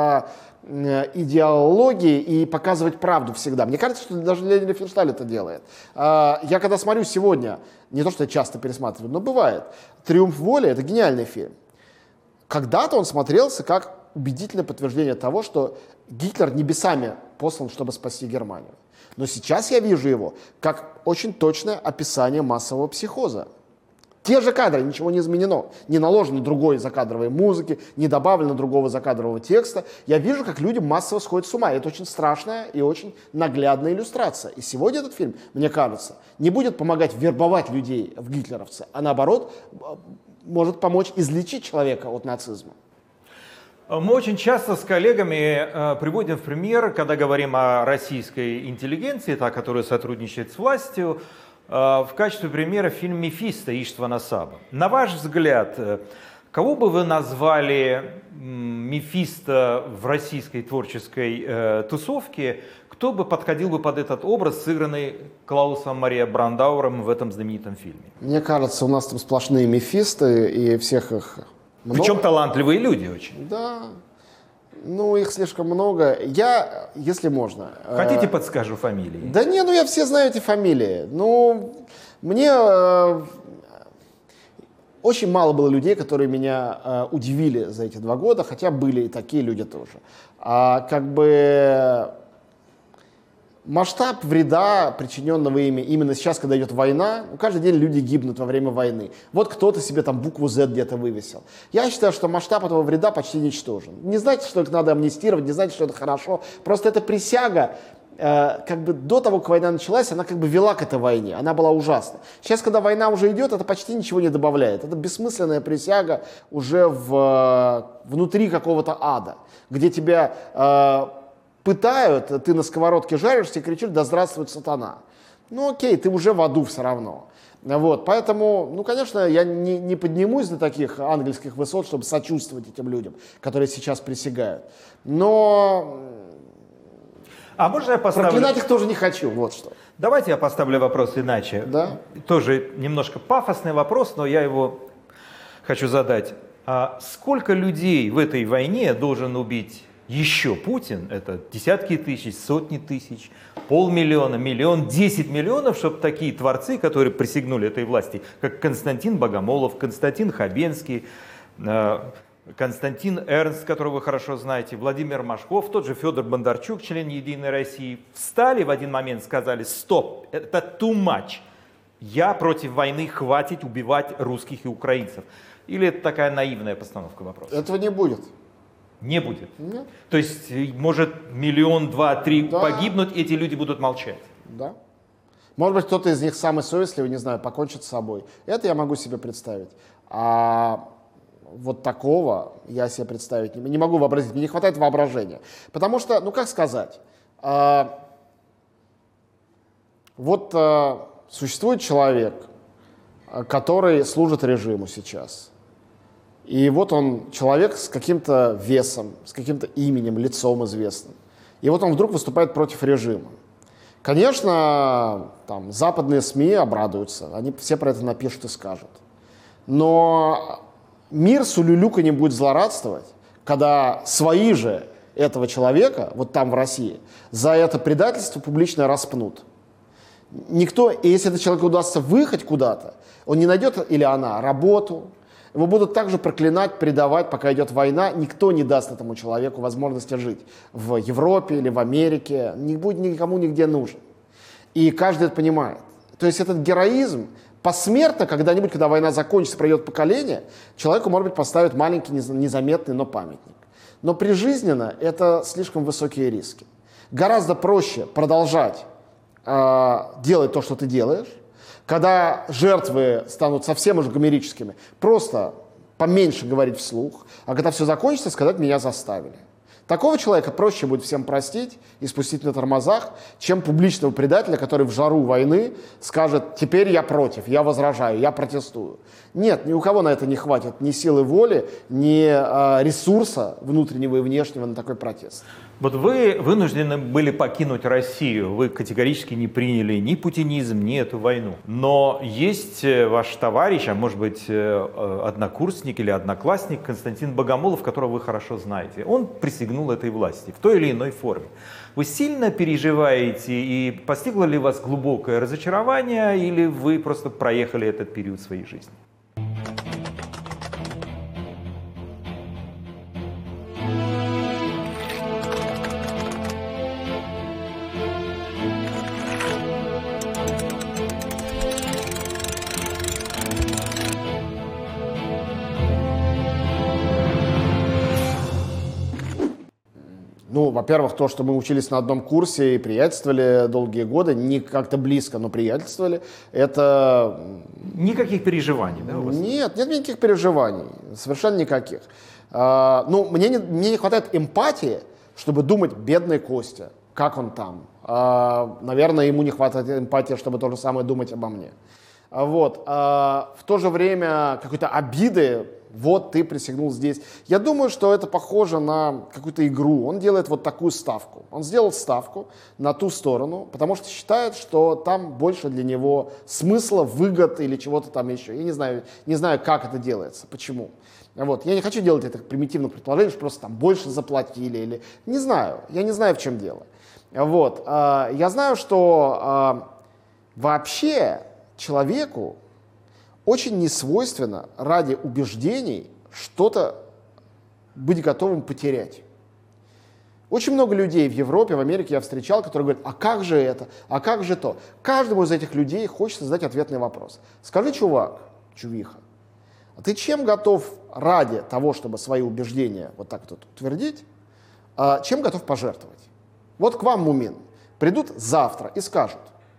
идеологии и показывать правду всегда. Мне кажется, что даже Лени Рифеншталь это делает. Я когда смотрю сегодня, не то, что я часто пересматриваю, но бывает, «Триумф воли» — это гениальный фильм. Когда-то он смотрелся как убедительное подтверждение того, что Гитлер небесами послан, чтобы спасти Германию. Но сейчас я вижу его как очень точное описание массового психоза. Те же кадры, ничего не изменено. Не наложено другой закадровой музыки, не добавлено другого закадрового текста. Я вижу, как люди массово сходят с ума. И это очень страшная и очень наглядная иллюстрация. И сегодня этот фильм, мне кажется, не будет помогать вербовать людей в гитлеровцы, а наоборот, может помочь излечить человека от нацизма. Мы очень часто с коллегами приводим в пример, когда говорим о российской интеллигенции, та, которая сотрудничает с властью, в качестве примера фильм «Мефисто» Иштвана Саба. На ваш взгляд, кого бы вы назвали Мефисто в российской творческой тусовке, кто бы подходил бы под этот образ, сыгранный Клаусом Мария Брандауэром в этом знаменитом фильме? Мне кажется, у нас там сплошные Мефисты, и всех их много. Причем талантливые люди очень. Да. Ну, их слишком много. Я, если можно... Хотите, подскажу фамилии? Да не, ну я все знаю эти фамилии. Ну, мне очень мало было людей, которые меня удивили за эти 2 года, хотя были и такие люди тоже. Как бы масштаб вреда, причиненного ими именно сейчас, когда идет война, каждый день люди гибнут во время войны. Вот кто-то себе там букву Z где-то вывесил. Я считаю, что масштаб этого вреда почти ничтожен. Не знаете, что их надо амнистировать, не знаете, что это хорошо. Просто эта присяга, как бы до того, как война началась, она как бы вела к этой войне. Она была ужасна. Сейчас, когда война уже идет, это почти ничего не добавляет. Это бессмысленная присяга уже внутри какого-то ада, где тебя... пытают, ты на сковородке жаришься и кричишь: да здравствует сатана. Ну окей, ты уже в аду все равно. Вот, поэтому, ну, конечно, я не поднимусь до таких ангельских высот, чтобы сочувствовать этим людям, которые сейчас присягают. Но можно я поставлю... проклинать их тоже не хочу, вот что. Давайте я поставлю вопрос иначе. Да? Тоже немножко пафосный вопрос, но я его хочу задать. Сколько людей в этой войне должен убить еще Путин? Это десятки тысяч, сотни тысяч, 500 000, 1 миллион, 10 миллионов, чтобы такие творцы, которые присягнули этой власти, как Константин Богомолов, Константин Хабенский, Константин Эрнст, которого вы хорошо знаете, Владимир Машков, тот же Федор Бондарчук, член «Единой России», встали в один момент, сказали: стоп, это too much, я против войны, хватит убивать русских и украинцев. Или это такая наивная постановка вопроса? Этого не будет. Не будет? Нет. То есть может 1, 2, 3 миллиона Да. погибнуть, эти люди будут молчать? Да. Может быть, кто-то из них самый совестливый, не знаю, покончит с собой. Это я могу себе представить. А вот такого я себе представить не могу вообразить. Мне не хватает воображения. Потому что, ну как сказать, существует человек, который служит режиму сейчас. И вот он человек с каким-то весом, с каким-то именем, лицом известным. И вот он вдруг выступает против режима. Конечно, там западные СМИ обрадуются, они все про это напишут и скажут. Но мир с улюлюканьем будет злорадствовать, когда свои же этого человека, вот там в России, за это предательство публично распнут. Никто, и если этот человек удастся выехать куда-то, он не найдет, или она, работу. Его будут также проклинать, предавать, пока идет война. Никто не даст этому человеку возможности жить в Европе или в Америке. Не будет никому нигде нужен. И каждый это понимает. То То есть этот героизм посмертно, когда-нибудь, когда война закончится, пройдет поколение, человеку, может быть, поставят маленький, незаметный, но памятник. Но прижизненно это слишком высокие риски. Гораздо проще продолжать делать то, что ты делаешь, когда жертвы станут совсем уж гомерическими, просто поменьше говорить вслух, а когда все закончится, сказать «меня заставили». Такого человека проще будет всем простить и спустить на тормозах, чем публичного предателя, который в жару войны скажет «теперь я против, я возражаю, я протестую». Нет, ни у кого на это не хватит ни силы воли, ни ресурса внутреннего и внешнего на такой протест. Вот вы вынуждены были покинуть Россию, вы категорически не приняли ни путинизм, ни эту войну. Но есть ваш товарищ, а может быть однокурсник или одноклассник Константин Богомолов, которого вы хорошо знаете. Он присягнул этой власти в той или иной форме. Вы сильно переживаете и постигло ли вас глубокое разочарование, или вы просто проехали этот период своей жизни? Ну, во-первых, то, что мы учились на одном курсе и приятельствовали долгие годы, не как-то близко, но приятельствовали, это... Никаких переживаний, да, у вас? Нет никаких переживаний, совершенно никаких. Ну, мне не хватает эмпатии, чтобы думать, бедный Костя, как он там. Наверное, ему не хватает эмпатии, чтобы то же самое думать обо мне. Вот. В то же время какой-то обиды, вот ты присягнул здесь. Я думаю, что это похоже на какую-то игру. Он делает вот такую ставку. Он сделал ставку на ту сторону, потому что считает, что там больше для него смысла, выгод или чего-то там еще. Я не знаю, как это делается, почему. Вот. Я не хочу делать это примитивных предположений, что просто там больше заплатили или... Не знаю. Я не знаю, в чем дело. Вот. Я знаю, что вообще человеку очень несвойственно ради убеждений что-то быть готовым потерять. Очень много людей в Европе, в Америке я встречал, которые говорят, а как же это, а как же то. Каждому из этих людей хочется задать ответный вопрос. Скажи, чувак, чувиха, а ты чем готов ради того, чтобы свои убеждения вот так вот утвердить, чем готов пожертвовать? Вот к вам, Мумин, придут завтра и скажут,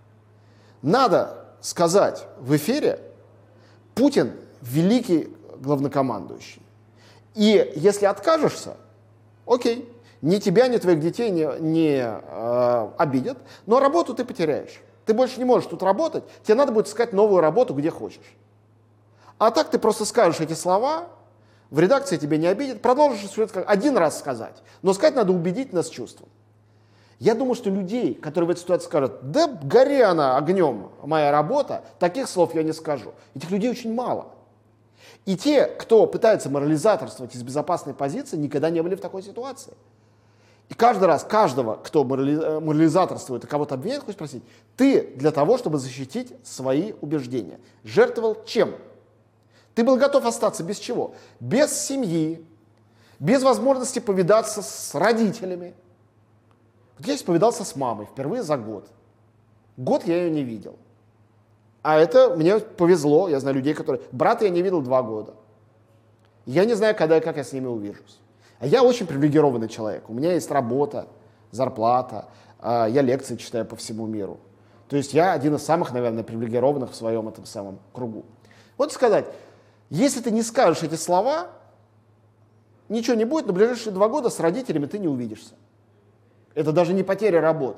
надо сказать в эфире, Путин великий главнокомандующий. И если откажешься, окей, ни тебя, ни твоих детей не обидят, но работу ты потеряешь. Ты больше не можешь тут работать, тебе надо будет искать новую работу, где хочешь. А так ты просто скажешь эти слова, в редакции тебя не обидят, продолжишь один раз сказать, но сказать надо убедительно с чувством. Я думаю, что людей, которые в этой ситуации скажут, да гори она огнем, моя работа, таких слов я не скажу. Этих людей очень мало. И те, кто пытается морализаторствовать из безопасной позиции, никогда не были в такой ситуации. И каждый раз, каждого, кто морализаторствует и кого-то обвиняет, хочет спросить, ты для того, чтобы защитить свои убеждения, жертвовал чем? Ты был готов остаться без чего? Без семьи, без возможности повидаться с родителями. Вот я повидался с мамой впервые за год. Год я ее не видел. А это мне повезло. Я знаю людей, которые... Брата я не видел 2 года. Я не знаю, когда и как я с ними увижусь. А я очень привилегированный человек. У меня есть работа, зарплата. Я лекции читаю по всему миру. То есть я один из самых, наверное, привилегированных в своем этом самом кругу. Вот сказать, если ты не скажешь эти слова, ничего не будет, но в ближайшие 2 года с родителями ты не увидишься. Это даже не потеря работы.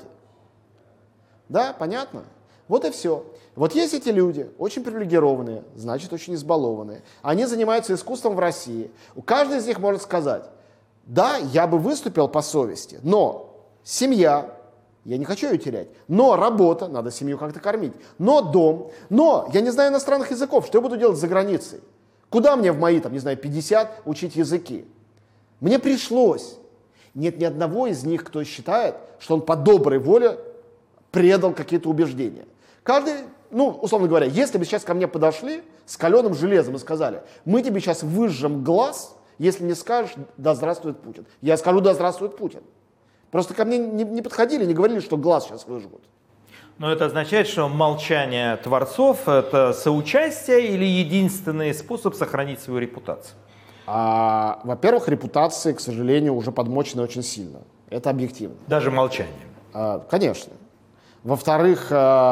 Да, понятно? Вот и все. Вот есть эти люди, очень привилегированные, значит, очень избалованные. Они занимаются искусством в России. У каждого из них может сказать, да, я бы выступил по совести, но семья, я не хочу ее терять, но работа, надо семью как-то кормить, но дом, но я не знаю иностранных языков, что я буду делать за границей? Куда мне в мои, там, не знаю, 50 учить языки? Мне пришлось. Нет ни одного из них, кто считает, что он по доброй воле предал какие-то убеждения. Каждый, ну, условно говоря, если бы сейчас ко мне подошли с каленым железом и сказали, мы тебе сейчас выжжем глаз, если не скажешь, да здравствует Путин. Я скажу, да здравствует Путин. Просто ко мне не подходили, не говорили, что глаз сейчас выжгут. Но это означает, что молчание творцов — это соучастие или единственный способ сохранить свою репутацию? Во-первых, репутации, к сожалению, уже подмочены очень сильно. Это объективно. Даже молчание? Конечно. Во-вторых,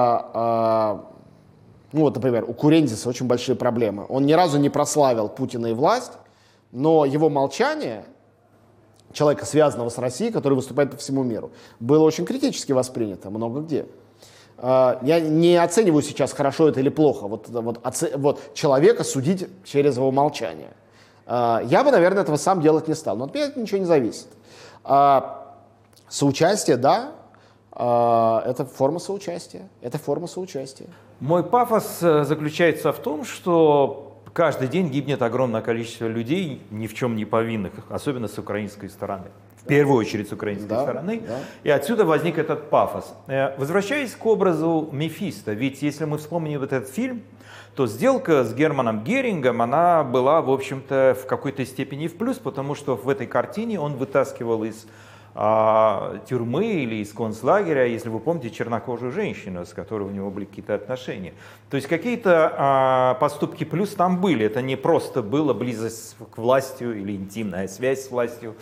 ну вот, например, у Курендиса очень большие проблемы. Он ни разу не прославил Путина и власть, но его молчание, человека, связанного с Россией, который выступает по всему миру, было очень критически воспринято много где. Я не оцениваю сейчас, хорошо это или плохо, вот человека судить через его молчание. Я бы, наверное, этого сам делать не стал, но от меня это ничего не зависит. Соучастие, да, это форма соучастия. Это форма соучастия. Мой пафос заключается в том, что каждый день гибнет огромное количество людей, ни в чем не повинных, особенно с украинской стороны. В первую очередь с украинской стороны. Да. И отсюда возник этот пафос. Возвращаясь к образу Мефисто, ведь если мы вспомним вот этот фильм, то сделка с Германом Герингом, она была, в общем-то, в какой-то степени в плюс, потому что в этой картине он вытаскивал из тюрьмы или из концлагеря, если вы помните, чернокожую женщину, с которой у него были какие-то отношения. То есть какие-то поступки плюс там были. Это не просто была близость к власти или интимная связь с властью.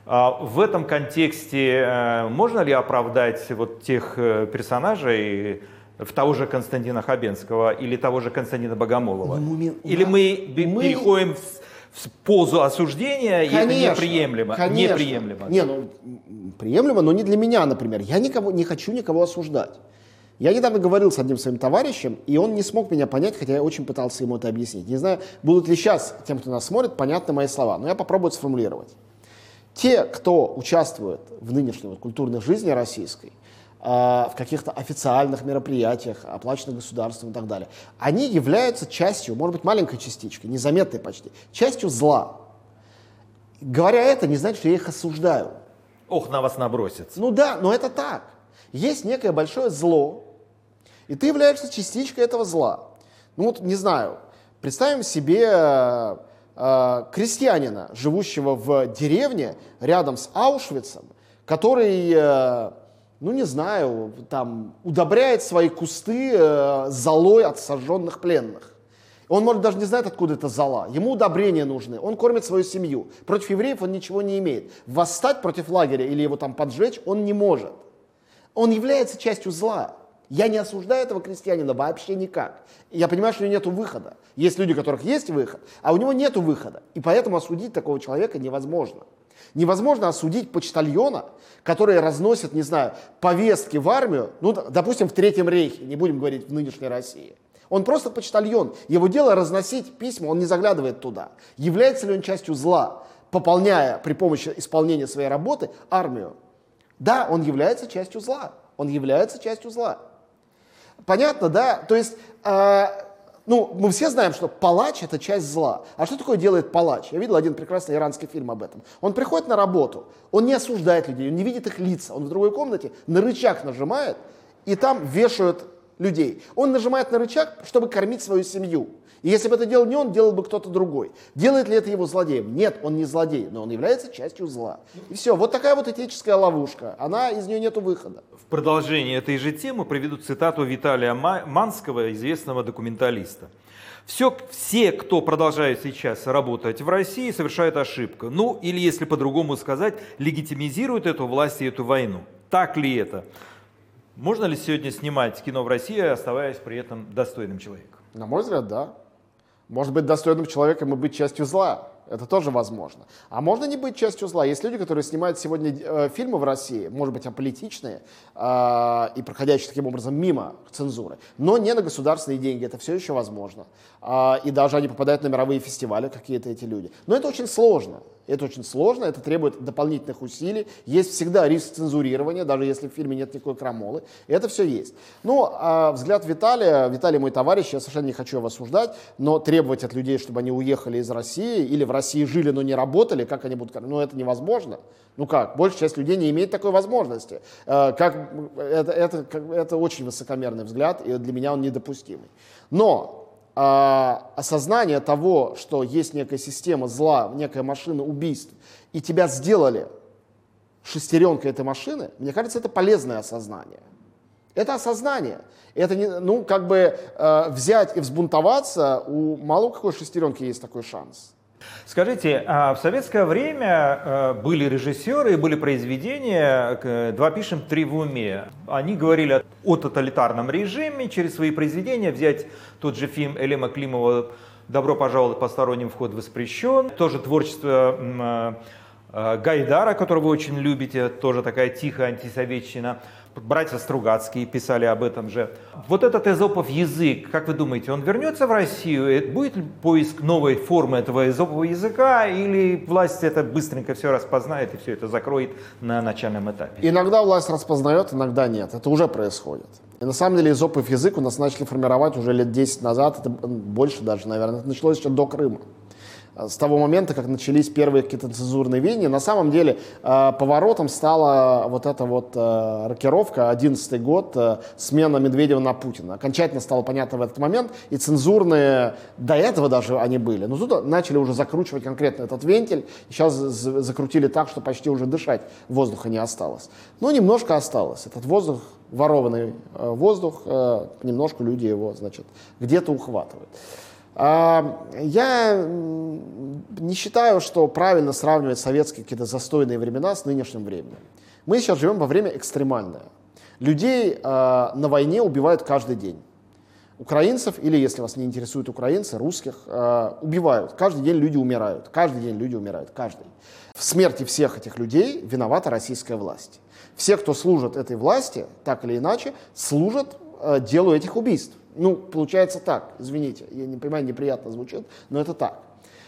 В этом контексте можно ли оправдать вот тех персонажей, того же Константина Хабенского или того же Константина Богомолова? Или мы переходим в позу осуждения, и это неприемлемо? Конечно. Неприемлемо. Приемлемо, но не для меня, например. Я не хочу никого осуждать. Я недавно говорил с одним своим товарищем, и он не смог меня понять, хотя я очень пытался ему это объяснить. Не знаю, будут ли сейчас тем, кто нас смотрит, понятны мои слова, но я попробую сформулировать. Те, кто участвует в нынешней культурной жизни российской, в каких-то официальных мероприятиях, оплаченных государством и так далее, они являются частью, может быть, маленькой частичкой, незаметной почти, частью зла. Говоря это, не значит, что я их осуждаю. Ох, на вас набросится. Ну да, но это так. Есть некое большое зло, и ты являешься частичкой этого зла. Ну вот, не знаю, представим себе крестьянина, живущего в деревне рядом с Аушвицем, который, ну не знаю, там удобряет свои кусты золой от сожженных пленных. Он, может, даже не знает, откуда это зола. Ему удобрения нужны, он кормит свою семью. Против евреев он ничего не имеет. Восстать против лагеря или его там поджечь он не может. Он является частью зла. Я не осуждаю этого крестьянина вообще никак. Я понимаю, что у него нет выхода. Есть люди, у которых есть выход, а у него нет выхода. И поэтому осудить такого человека невозможно. Невозможно осудить почтальона, который разносит, не знаю, повестки в армию, ну, допустим, в Третьем Рейхе, не будем говорить в нынешней России. Он просто почтальон. Его дело разносить письма, он не заглядывает туда. Является ли он частью зла, пополняя при помощи исполнения своей работы армию? Да, он является частью зла. Он является частью зла. Понятно, да? То есть, ну, мы все знаем, что палач – это часть зла. А что такое делает палач? Я видел один прекрасный иранский фильм об этом. Он приходит на работу, он не осуждает людей, он не видит их лица. Он в другой комнате на рычаг нажимает, и там вешают людей. Он нажимает на рычаг, чтобы кормить свою семью. И если бы это делал не он, делал бы кто-то другой. Делает ли это его злодеем? Нет, он не злодей, но он является частью зла. И все, вот такая вот этическая ловушка. Из нее нету выхода. В продолжении этой же темы приведу цитату Виталия Манского, известного документалиста. Все, кто продолжает сейчас работать в России, совершают ошибку. Ну, или, если по-другому сказать, легитимизируют эту власть и эту войну. Так ли это? Можно ли сегодня снимать кино в России, оставаясь при этом достойным человеком? На мой взгляд, да. Может быть достойным человеком и быть частью зла. Это тоже возможно. А можно не быть частью зла. Есть люди, которые снимают сегодня фильмы в России, может быть, аполитичные и проходящие таким образом мимо цензуры, но не на государственные деньги. Это все еще возможно. И даже они попадают на мировые фестивали, какие-то эти люди. Но это очень сложно. Это требует дополнительных усилий. Есть всегда риск цензурирования, даже если в фильме нет никакой крамолы. И это все есть. Ну, взгляд Виталий мой товарищ, я совершенно не хочу его осуждать, но требовать от людей, чтобы они уехали из России или в России жили, но не работали, как они будут... Ну, это невозможно. Ну как? Большая часть людей не имеет такой возможности. Это очень высокомерный взгляд, и для меня он недопустимый. Но осознание того, что есть некая система зла, некая машина убийств, и тебя сделали шестеренкой этой машины, мне кажется, это полезное осознание. Это осознание. Это не, ну, как бы взять и взбунтоваться, у мало какой шестеренки есть такой шанс. Скажите, а в советское время были режиссеры и были произведения «Два пишем, три в уме». Они говорили о тоталитарном режиме через свои произведения. Взять тот же фильм Элема Климова «Добро пожаловать, посторонним вход воспрещен». Тоже творчество Гайдара, которого вы очень любите, тоже такая тихая антисоветчина. Братья Стругацкие писали об этом же. Вот этот эзопов язык, как вы думаете, он вернется в Россию? Будет ли поиск новой формы этого эзопового языка? Или власть это быстренько все распознает и все это закроет на начальном этапе? Иногда власть распознает, иногда нет. Это уже происходит. И на самом деле эзопов язык у нас начали формировать уже лет 10 назад, это больше даже, наверное. Это началось еще до Крыма. С того момента, как начались первые какие-то цензурные веяния, на самом деле поворотом стала вот эта вот рокировка, 11-й год, смена Медведева на Путина. Окончательно стало понятно в этот момент, и цензурные, до этого даже они были, но тут начали уже закручивать конкретно этот вентиль, и сейчас закрутили так, что почти уже дышать воздуха не осталось. Но немножко осталось. Этот воздух, ворованный воздух, немножко люди его, значит, где-то ухватывают. Я не считаю, что правильно сравнивать советские какие-то застойные времена с нынешним временем. Мы сейчас живем во время экстремальное. Людей на войне убивают каждый день. Украинцев, или, если вас не интересуют украинцы, русских, убивают. Каждый день люди умирают. Каждый день люди умирают. Каждый. В смерти всех этих людей виновата российская власть. Все, кто служит этой власти, так или иначе, служат делу этих убийств. Ну, получается так, извините, я не понимаю, неприятно звучит, но это так.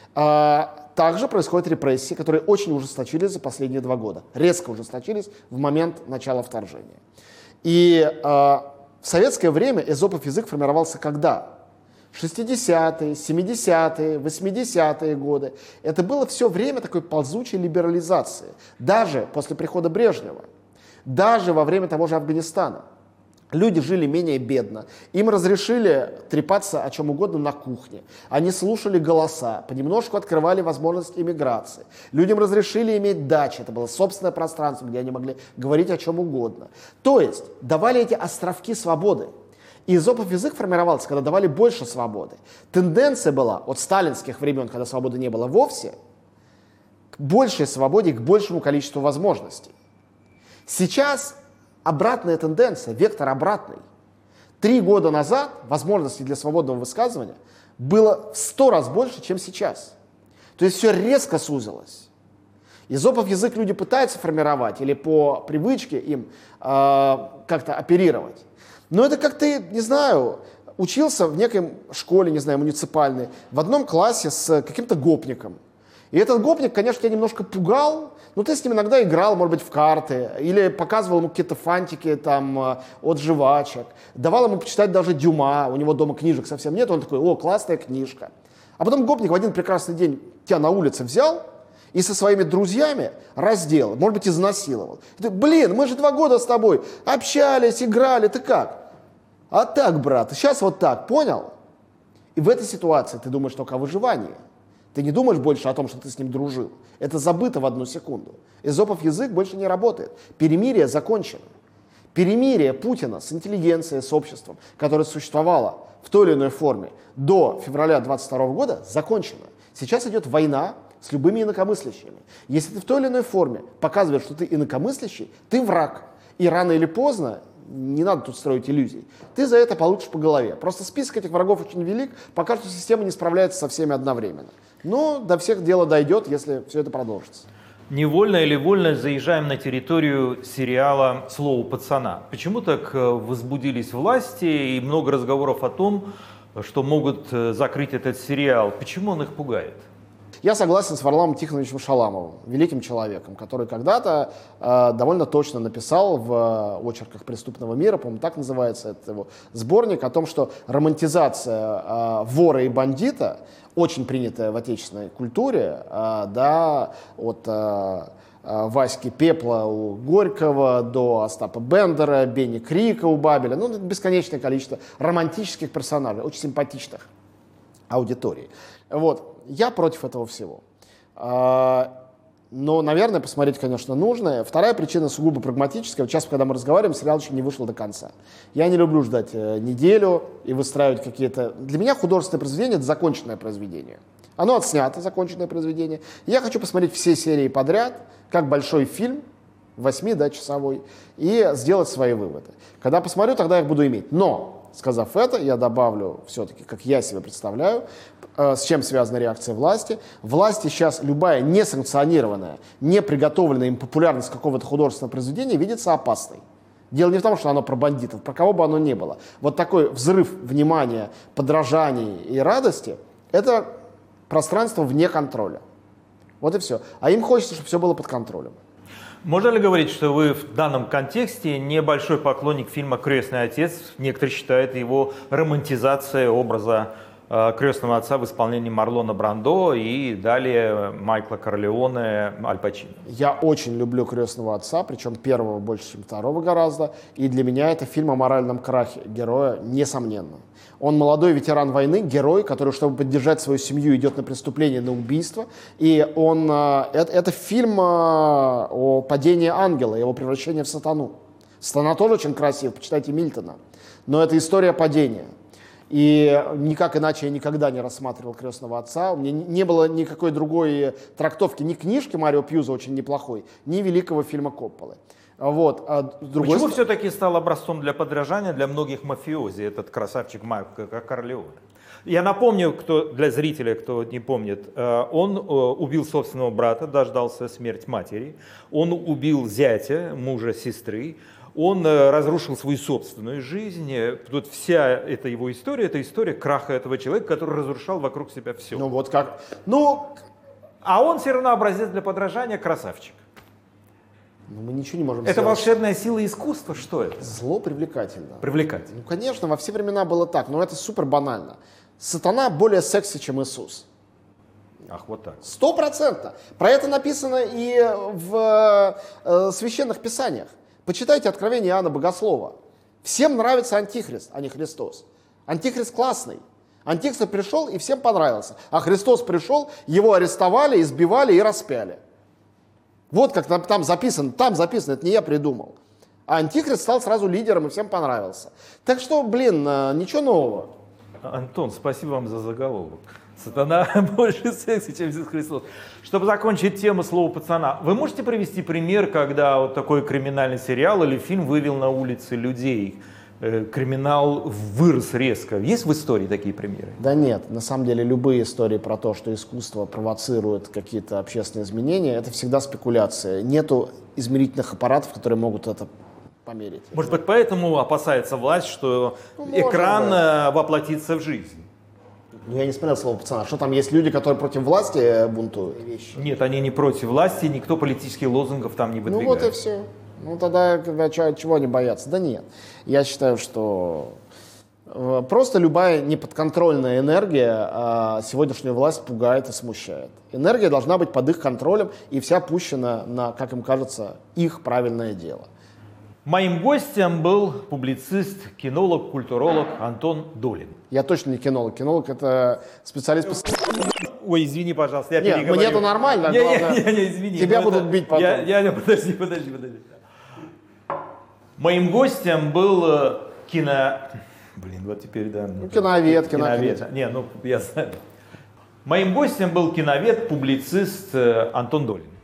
Также происходят репрессии, которые очень ужесточились за последние 2 года. Резко ужесточились в момент начала вторжения. И в советское время эзопов язык формировался когда? 60-е, 70-е, 80-е годы. Это было все время такой ползучей либерализации. Даже после прихода Брежнева. Даже во время того же Афганистана. Люди жили менее бедно, им разрешили трепаться о чем угодно на кухне, они слушали голоса, понемножку открывали возможность иммиграции, людям разрешили иметь дачи, это было собственное пространство, где они могли говорить о чем угодно. То есть давали эти островки свободы. И эзопов язык формировался, когда давали больше свободы. Тенденция была от сталинских времен, когда свободы не было вовсе, к большей свободе, к большему количеству возможностей. Сейчас обратная тенденция, вектор обратный. 3 года назад возможностей для свободного высказывания было в 100 раз больше, чем сейчас. То есть все резко сузилось. Эзопов язык люди пытаются формировать или по привычке им как-то оперировать. Но это как ты, не знаю, учился в некой школе, не знаю, муниципальной, в одном классе с каким-то гопником. И этот гопник, конечно, тебя немножко пугал, но ты с ним иногда играл, может быть, в карты, или показывал ему какие-то фантики там, от жвачек, давал ему почитать даже Дюма, у него дома книжек совсем нет, он такой: о, классная книжка. А потом гопник в один прекрасный день тебя на улице взял и со своими друзьями раздел, может быть, изнасиловал. И ты: блин, мы же 2 года с тобой общались, играли, ты как? А так, брат, сейчас вот так, понял? И в этой ситуации ты думаешь только о выживании. Ты не думаешь больше о том, что ты с ним дружил. Это забыто в 1 секунду. Эзопов язык больше не работает. Перемирие закончено. Перемирие Путина с интеллигенцией, с обществом, которое существовало в той или иной форме до февраля 2022 года, закончено. Сейчас идет война с любыми инакомыслящими. Если ты в той или иной форме показываешь, что ты инакомыслящий, ты враг. И рано или поздно, не надо тут строить иллюзий, ты за это получишь по голове. Просто список этих врагов очень велик, пока что система не справляется со всеми одновременно. Но до всех дело дойдет, если все это продолжится. Невольно или вольно заезжаем на территорию сериала «Слово пацана». Почему так возбудились власти и много разговоров о том, что могут закрыть этот сериал? Почему он их пугает? Я согласен с Варламом Тихоновичем Шаламовым, великим человеком, который когда-то довольно точно написал в очерках преступного мира, по-моему, так называется этот его сборник, о том, что романтизация вора и бандита, очень принятая в отечественной культуре, да, от Васьки Пепла у Горького до Остапа Бендера, Бенни Крика у Бабеля, ну, бесконечное количество романтических персонажей, очень симпатичных аудиторий. Вот. Я против этого всего. Но, наверное, посмотреть, конечно, нужно. Вторая причина сугубо прагматическая. Вот сейчас, когда мы разговариваем, сериал еще не вышел до конца. Я не люблю ждать неделю и выстраивать какие-то... Для меня художественное произведение — это законченное произведение. Оно отснято, законченное произведение. Я хочу посмотреть все серии подряд, как большой фильм, 8-часовой, и сделать свои выводы. Когда посмотрю, тогда я их буду иметь. Но, сказав это, я добавлю все-таки, как я себе представляю, с чем связана реакция власти. Власти сейчас любая несанкционированная, не приготовленная им популярность какого-то художественного произведения видится опасной. Дело не в том, что оно про бандитов, про кого бы оно ни было. Вот такой взрыв внимания, подражаний и радости — это пространство вне контроля. Вот и все. А им хочется, чтобы все было под контролем. Можно ли говорить, что вы в данном контексте небольшой поклонник фильма «Крестный отец»? Некоторые считают его романтизацией образа крестного отца в исполнении Марлона Брандо и далее Майкла Корлеоне, Аль Пачино. Я очень люблю «Крестного отца», причем первого больше, чем второго гораздо. И для меня это фильм о моральном крахе героя, несомненно. Он молодой ветеран войны, герой, который, чтобы поддержать свою семью, идет на преступление, на убийство. И это фильм о падении ангела, его превращении в сатану. Сатана тоже очень красив, почитайте Мильтона. Но это история падения. И никак иначе я никогда не рассматривал «Крестного отца». У меня не было никакой другой трактовки, ни книжки Марио Пьюза очень неплохой, ни великого фильма Копполы. Вот. Почему все-таки стал образцом для подражания для многих мафиози этот красавчик Майкл Корлеоне? Я напомню, для зрителей, кто не помнит, он убил собственного брата, дождался смерти матери, он убил зятя, мужа сестры, он разрушил свою собственную жизнь. Тут вся эта его история, это история краха этого человека, который разрушал вокруг себя все. Ну вот как. А он все равно образец для подражания, красавчик. Мы ничего не можем это сделать. Волшебная сила искусства, что это? Зло привлекательно. Привлекательно. Ну, конечно, во все времена было так, но это супер банально. Сатана более секси, чем Иисус. Ах, вот так. 100%. Про это написано и в священных писаниях. Почитайте Откровение Иоанна Богослова. Всем нравится Антихрист, а не Христос. Антихрист классный. Антихрист пришел и всем понравился. А Христос пришел, его арестовали, избивали и распяли. Вот как там записано, это не я придумал. А Антихрист стал сразу лидером и всем понравился. Так что, ничего нового. Антон, спасибо вам за заголовок. Сатана больше секси, чем Иисус Христос. Чтобы закончить тему слова пацана, вы можете привести пример, когда вот такой криминальный сериал или фильм вывел на улицы людей? Криминал вырос резко. Есть в истории такие примеры? Да нет, на самом деле любые истории про то, что искусство провоцирует какие-то общественные изменения, это всегда спекуляция. Нету измерительных аппаратов, которые могут это померить. Может быть, поэтому опасается власть, что экран воплотится в жизнь? Я не смотрел «Слово пацана». Что там, есть люди, которые против власти бунтуют? Нет, они не против власти, никто политических лозунгов там не выдвигает. Ну вот и все. Ну тогда чего они боятся? Да нет. Я считаю, что просто любая неподконтрольная энергия сегодняшнюю власть пугает и смущает. Энергия должна быть под их контролем и вся пущена на, как им кажется, их правильное дело. Моим гостем был публицист, кинолог, культуролог Антон Долин. Я точно не кинолог. Кинолог — это специалист по... Ой, извини, пожалуйста, я переговорю. Нет, мне это нормально. Не, извини. Тебя будут бить потом. Подожди. Моим гостем был вот теперь, да. Киновед. Не, я знаю. Моим гостем был киновед, публицист Антон Долин.